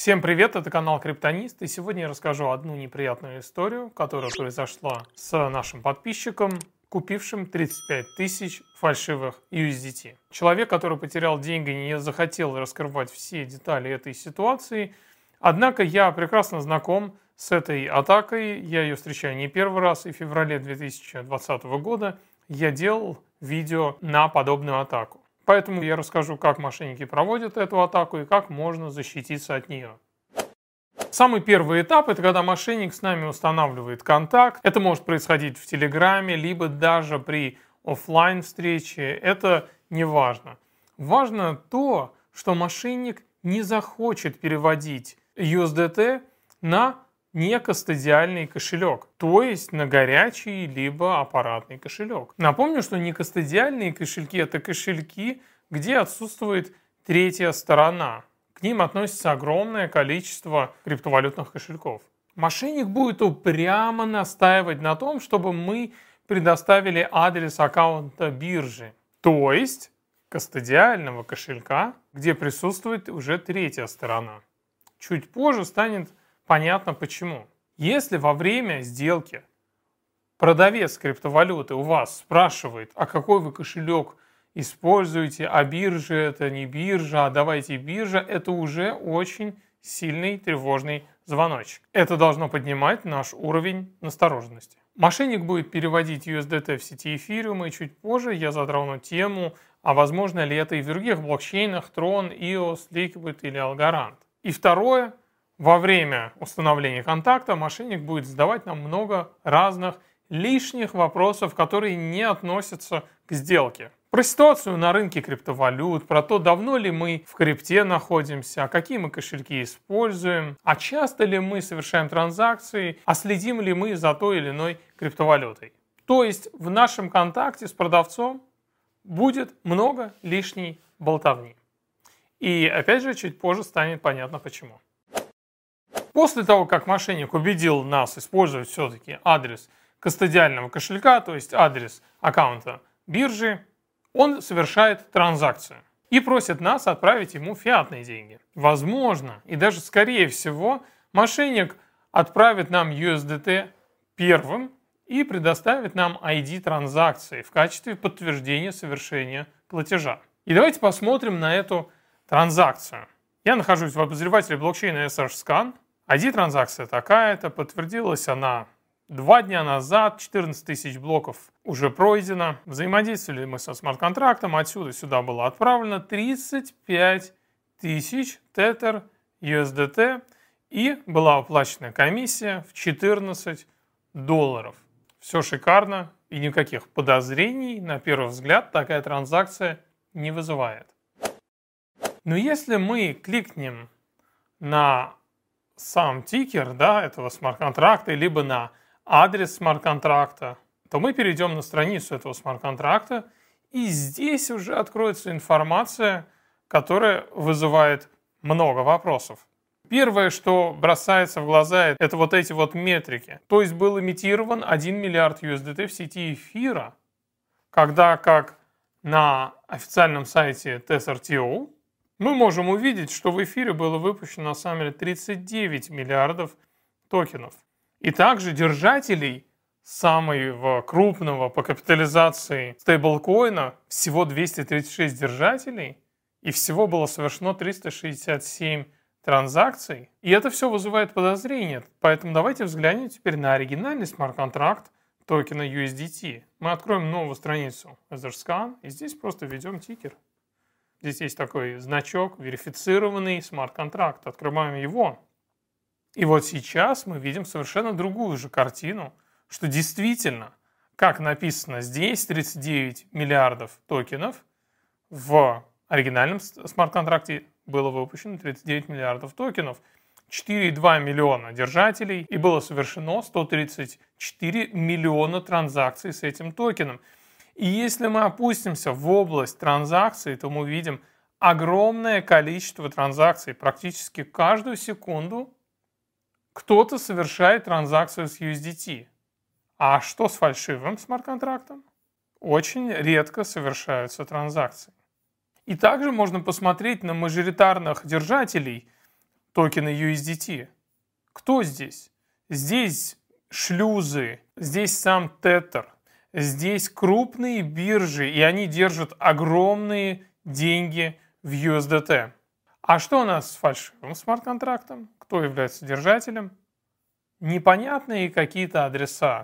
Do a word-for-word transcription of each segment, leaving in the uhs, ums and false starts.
Всем привет, это канал Криптонист, и сегодня я расскажу одну неприятную историю, которая произошла с нашим подписчиком, купившим тридцать пять тысяч фальшивых ю эс ди ти. Человек, который потерял деньги, не захотел раскрывать все детали этой ситуации, однако я прекрасно знаком с этой атакой, я ее встречаю не первый раз, и в феврале две тысячи двадцатого года я делал видео на подобную атаку. Поэтому я расскажу, как мошенники проводят эту атаку и как можно защититься от нее. Самый первый этап – это когда мошенник с нами устанавливает контакт. Это может происходить в Телеграме, либо даже при офлайн встрече. Это не важно. Важно то, что мошенник не захочет переводить ю эс ди ти на некастодиальный кошелек, то есть на горячий либо аппаратный кошелек. Напомню, что некастодиальные кошельки – это кошельки, где отсутствует третья сторона. К ним относится огромное количество криптовалютных кошельков. Мошенник будет упрямо настаивать на том, чтобы мы предоставили адрес аккаунта биржи, то есть кастодиального кошелька, где присутствует уже третья сторона. Чуть позже станет понятно почему. Если во время сделки продавец криптовалюты у вас спрашивает, а какой вы кошелек используете, а биржа это не биржа, а давайте биржа, это уже очень сильный тревожный звоночек. Это должно поднимать наш уровень настороженности. Мошенник будет переводить ю эс ди ти в сети эфириум, и чуть позже я затрону тему, а возможно ли это и в других блокчейнах Tron, и о эс, Liquid или Algorand. И второе. Во время установления контакта мошенник будет задавать нам много разных лишних вопросов, которые не относятся к сделке. Про ситуацию на рынке криптовалют, про то, давно ли мы в крипте находимся, а какие мы кошельки используем, а часто ли мы совершаем транзакции, а следим ли мы за той или иной криптовалютой. То есть в нашем контакте с продавцом будет много лишней болтовни. И опять же, чуть позже станет понятно почему. После того, как мошенник убедил нас использовать все-таки адрес кастодиального кошелька, то есть адрес аккаунта биржи, он совершает транзакцию и просит нас отправить ему фиатные деньги. Возможно, и даже скорее всего, мошенник отправит нам ю эс ди ти первым и предоставит нам ай ди транзакции в качестве подтверждения совершения платежа. И давайте посмотрим на эту транзакцию. Я нахожусь в обозревателе блокчейна эс эйч скан. ай ди транзакция такая-то, подтвердилась она два дня назад, четырнадцать тысяч блоков уже пройдено. Взаимодействовали мы со смарт-контрактом, отсюда сюда было отправлено тридцать пять тысяч тетер ю эс ди ти и была оплачена комиссия в четырнадцать долларов. Все шикарно и никаких подозрений, на первый взгляд, такая транзакция не вызывает. Но если мы кликнем на сам тикер, да, этого смарт-контракта, либо на адрес смарт-контракта, то мы перейдем на страницу этого смарт-контракта, и здесь уже откроется информация, которая вызывает много вопросов. Первое, что бросается в глаза, это вот эти вот метрики. То есть был имитирован один миллиард ю эс ди ти в сети эфира, когда как на официальном сайте тесер точка ти о мы можем увидеть, что в эфире было выпущено на самом деле тридцать девять миллиардов токенов. И также держателей самого крупного по капитализации стейблкоина всего двести тридцать шесть держателей, и всего было совершено триста шестьдесят семь транзакций. И это все вызывает подозрения. Поэтому давайте взглянем теперь на оригинальный смарт-контракт токена ю эс ди ти. Мы откроем новую страницу эс эйч скан, и здесь просто введем тикер. Здесь есть такой значок, верифицированный смарт-контракт. Открываем его. И вот сейчас мы видим совершенно другую же картину, что действительно, как написано здесь, тридцать девять миллиардов токенов, в оригинальном смарт-контракте было выпущено тридцать девять миллиардов токенов, четыре целых два миллиона держателей, и было совершено сто тридцать четыре миллиона транзакций с этим токеном. И если мы опустимся в область транзакций, то мы увидим огромное количество транзакций. Практически каждую секунду кто-то совершает транзакцию с ю эс ди ти. А что с фальшивым смарт-контрактом? Очень редко совершаются транзакции. И также можно посмотреть на мажоритарных держателей токены ю эс ди ти. Кто здесь? Здесь шлюзы, здесь сам Tether, здесь крупные биржи, и они держат огромные деньги в ю эс ди ти. А что у нас с фальшивым смарт-контрактом? Кто является держателем? Непонятные какие-то адреса.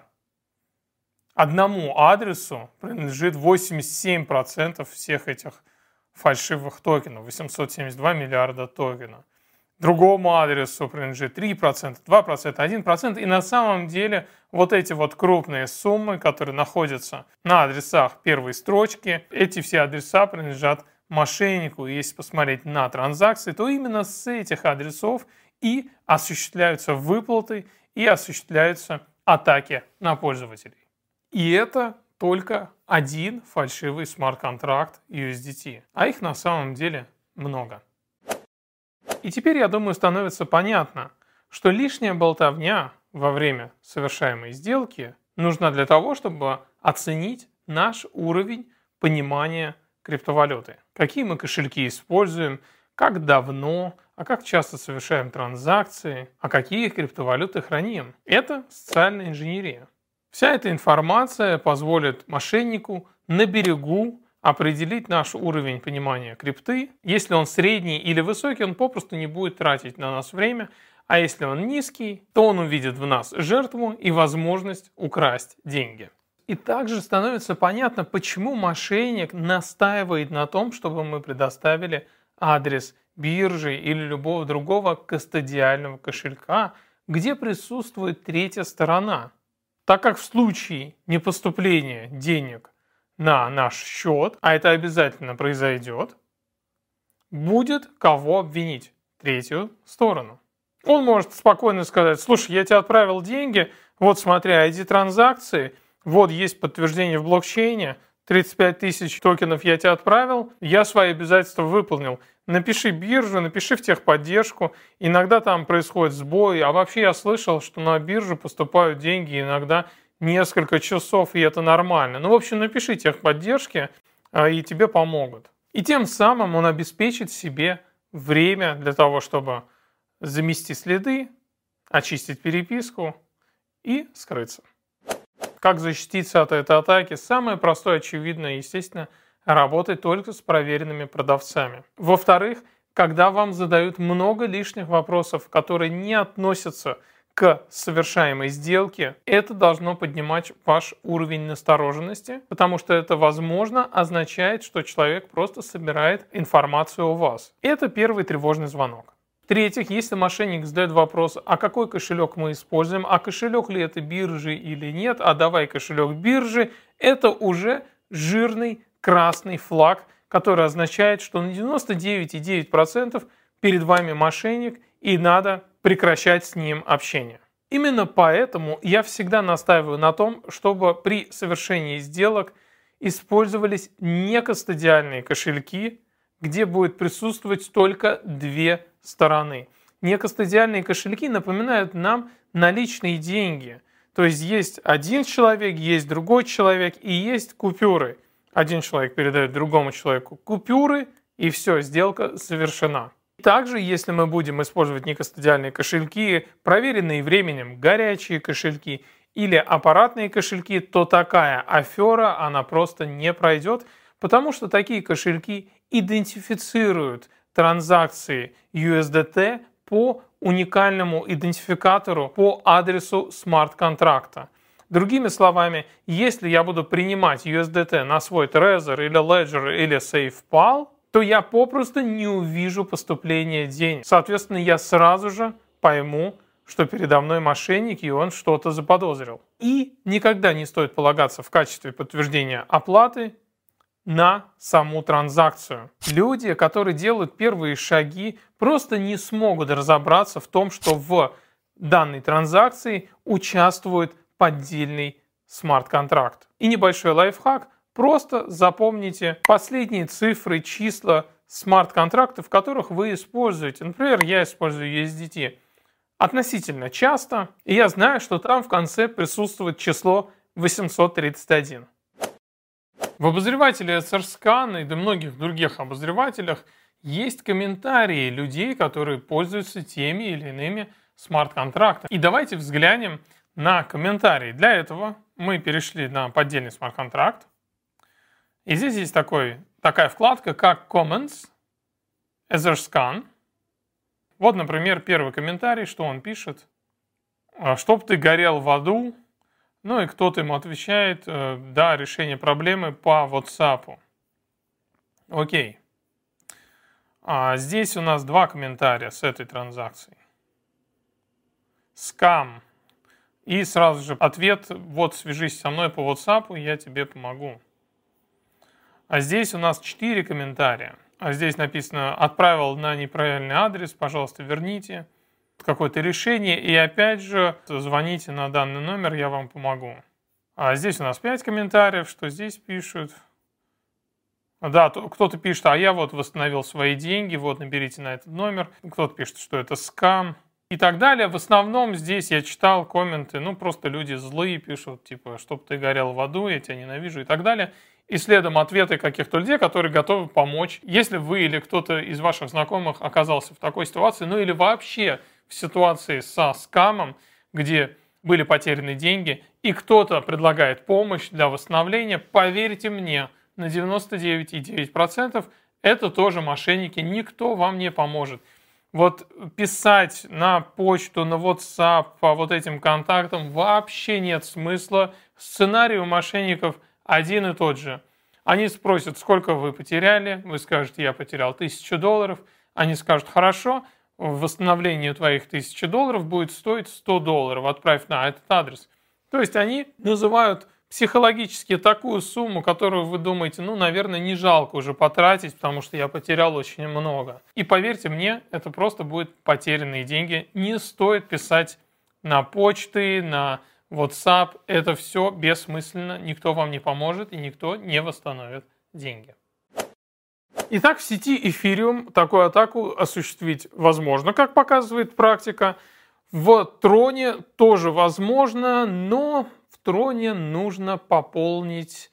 Одному адресу принадлежит восемьдесят семь процентов всех этих фальшивых токенов, восемьсот семьдесят два миллиарда токенов. Другому адресу принадлежит три процента, два процента, один процент. И на самом деле вот эти вот крупные суммы, которые находятся на адресах первой строчки, эти все адреса принадлежат мошеннику. И если посмотреть на транзакции, то именно с этих адресов и осуществляются выплаты, и осуществляются атаки на пользователей. И это только один фальшивый смарт-контракт ю эс ди ти. А их на самом деле много. И теперь, я думаю, становится понятно, что лишняя болтовня во время совершаемой сделки нужна для того, чтобы оценить наш уровень понимания криптовалюты. Какие мы кошельки используем, как давно, а как часто совершаем транзакции, а какие криптовалюты храним. Это социальная инженерия. Вся эта информация позволит мошеннику на берегу определить наш уровень понимания крипты. Если он средний или высокий, он попросту не будет тратить на нас время, а если он низкий, то он увидит в нас жертву и возможность украсть деньги. И также становится понятно, почему мошенник настаивает на том, чтобы мы предоставили адрес биржи или любого другого кастодиального кошелька, где присутствует третья сторона. Так как в случае непоступления денег на наш счет, а это обязательно произойдет, будет кого обвинить? Третью сторону. Он может спокойно сказать: слушай, я тебе отправил деньги, вот смотри, ай ди транзакции, вот есть подтверждение в блокчейне, тридцать пять тысяч токенов я тебе отправил, я свои обязательства выполнил. Напиши биржу, напиши в техподдержку, иногда там происходит сбой, а вообще я слышал, что на биржу поступают деньги иногда несколько часов, и это нормально. Ну, в общем, напиши техподдержке, и тебе помогут. И тем самым он обеспечит себе время для того, чтобы замести следы, очистить переписку и скрыться. Как защититься от этой атаки? Самое простое, очевидное, естественно, работать только с проверенными продавцами. Во-вторых, когда вам задают много лишних вопросов, которые не относятся к совершаемой сделке, это должно поднимать ваш уровень настороженности, потому что это, возможно, означает, что человек просто собирает информацию о вас. Это первый тревожный звонок. В-третьих, если мошенник задает вопрос, а какой кошелек мы используем, а кошелек ли это биржи или нет, а давай кошелек биржи, это уже жирный красный флаг, который означает, что на девяносто девять целых девять десятых процента перед вами мошенник и надо прекращать с ним общение. Именно поэтому я всегда настаиваю на том, чтобы при совершении сделок использовались некастодиальные кошельки, где будет присутствовать только две стороны. Некастодиальные кошельки напоминают нам наличные деньги. То есть есть один человек, есть другой человек и есть купюры. Один человек передает другому человеку купюры, и все, сделка совершена. Также, если мы будем использовать некастодиальные кошельки, проверенные временем горячие кошельки или аппаратные кошельки, то такая афера, она просто не пройдет, потому что такие кошельки идентифицируют транзакции ю эс ди ти по уникальному идентификатору по адресу смарт-контракта. Другими словами, если я буду принимать ю эс ди ти на свой Trezor или Ledger или SafePal, то я попросту не увижу поступления денег. Соответственно, я сразу же пойму, что передо мной мошенник, и он что-то заподозрил. И никогда не стоит полагаться в качестве подтверждения оплаты на саму транзакцию. Люди, которые делают первые шаги, просто не смогут разобраться в том, что в данной транзакции участвует поддельный смарт-контракт. И небольшой лайфхак. Просто запомните последние цифры, числа смарт-контрактов, которых вы используете. Например, я использую ю эс ди ти относительно часто, и я знаю, что там в конце присутствует число восемьсот тридцать один. В обозревателе Ether Scan и до многих других обозревателях есть комментарии людей, которые пользуются теми или иными смарт-контрактами. И давайте взглянем на комментарии. Для этого мы перешли на поддельный смарт-контракт. И здесь есть такой, такая вкладка, как Comments, Etherscan. Вот, например, первый комментарий, что он пишет. «Чтоб ты горел в аду». Ну и кто-то ему отвечает, да, решение проблемы по WhatsApp. Окей. А здесь у нас два комментария с этой транзакцией. Скам. И сразу же ответ, вот свяжись со мной по WhatsApp, я тебе помогу. А здесь у нас четыре комментария. А здесь написано, отправил на неправильный адрес, пожалуйста, верните какое-то решение. И опять же, звоните на данный номер, я вам помогу. А здесь у нас пять комментариев, что здесь пишут. Да, кто-то пишет, а я вот восстановил свои деньги, вот наберите на этот номер. Кто-то пишет, что это скам. И так далее. В основном здесь я читал комменты, ну просто люди злые пишут, типа, чтоб ты горел в аду, я тебя ненавижу и так далее. И следом ответы каких-то людей, которые готовы помочь. Если вы или кто-то из ваших знакомых оказался в такой ситуации, ну или вообще в ситуации со скамом, где были потеряны деньги, и кто-то предлагает помощь для восстановления, поверьте мне, на девяносто девять и девять десятых процента это тоже мошенники, никто вам не поможет. Вот писать на почту, на WhatsApp по вот этим контактам вообще нет смысла. Сценарий у мошенников один и тот же. Они спросят, сколько вы потеряли, вы скажете, я потерял тысячу долларов. Они скажут, хорошо, восстановление твоих тысячи долларов будет стоить сто долларов, отправь на этот адрес. То есть они называют психологически такую сумму, которую вы думаете, ну, наверное, не жалко уже потратить, потому что я потерял очень много. И поверьте мне, это просто будут потерянные деньги. Не стоит писать на почты, на WhatsApp. Это все бессмысленно, никто вам не поможет и никто не восстановит деньги. Итак, в сети Ethereum такую атаку осуществить возможно, как показывает практика. В Троне тоже возможно, но в Троне нужно пополнить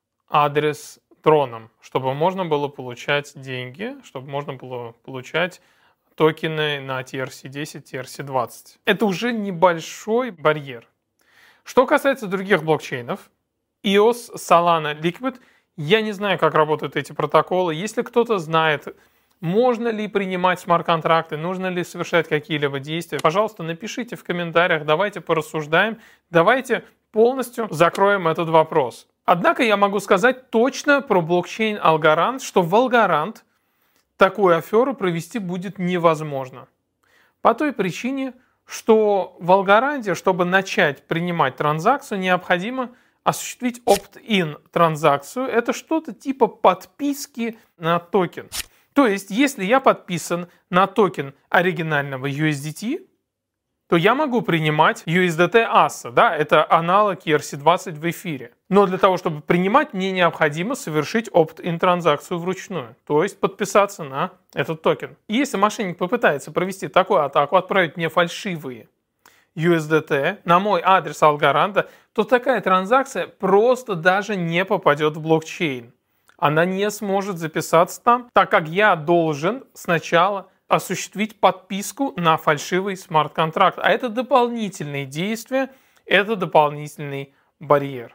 адрес Троном, чтобы можно было получать деньги, чтобы можно было получать токены на ти эр си десять, ти эр си двадцать. Это уже небольшой барьер. Что касается других блокчейнов, и о эс, Solana, Liquid, я не знаю, как работают эти протоколы. Если кто-то знает, можно ли принимать смарт-контракты, нужно ли совершать какие-либо действия, пожалуйста, напишите в комментариях, давайте порассуждаем, давайте полностью закроем этот вопрос. Однако я могу сказать точно про блокчейн Algorand, что в Algorand такую аферу провести будет невозможно. По той причине, что в Algorand, чтобы начать принимать транзакцию, необходимо осуществить opt-in транзакцию. Это что-то типа подписки на токен. То есть, если я подписан на токен оригинального ю эс ди ти, то я могу принимать ю эс ди ти аса, да, это аналог и эр си двадцать в эфире. Но для того, чтобы принимать, мне необходимо совершить opt-in транзакцию вручную, то есть подписаться на этот токен. И если мошенник попытается провести такую атаку, отправить мне фальшивые ю эс ди ти на мой адрес Algorand, то такая транзакция просто даже не попадет в блокчейн. Она не сможет записаться там, так как я должен сначала осуществить подписку на фальшивый смарт-контракт. А это дополнительные действия, это дополнительный барьер.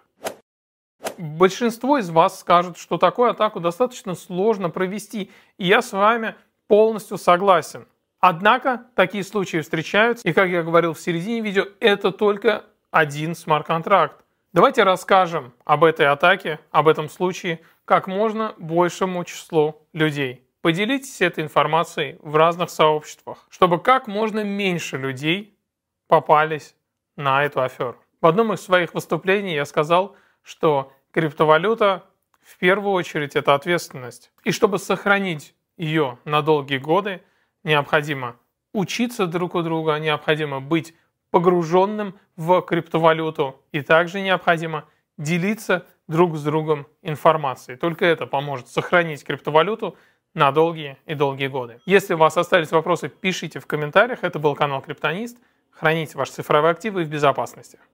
Большинство из вас скажут, что такую атаку достаточно сложно провести, и я с вами полностью согласен. Однако такие случаи встречаются, и, как я говорил в середине видео, это только один смарт-контракт. Давайте расскажем об этой атаке, об этом случае, как можно большему числу людей. Поделитесь этой информацией в разных сообществах, чтобы как можно меньше людей попались на эту аферу. В одном из своих выступлений я сказал, что криптовалюта в первую очередь это ответственность. И чтобы сохранить ее на долгие годы, необходимо учиться друг у друга, необходимо быть погруженным в криптовалюту и также необходимо делиться друг с другом информацией. Только это поможет сохранить криптовалюту на долгие и долгие годы. Если у вас остались вопросы, пишите в комментариях. Это был канал Криптонист. Храните ваши цифровые активы в безопасности.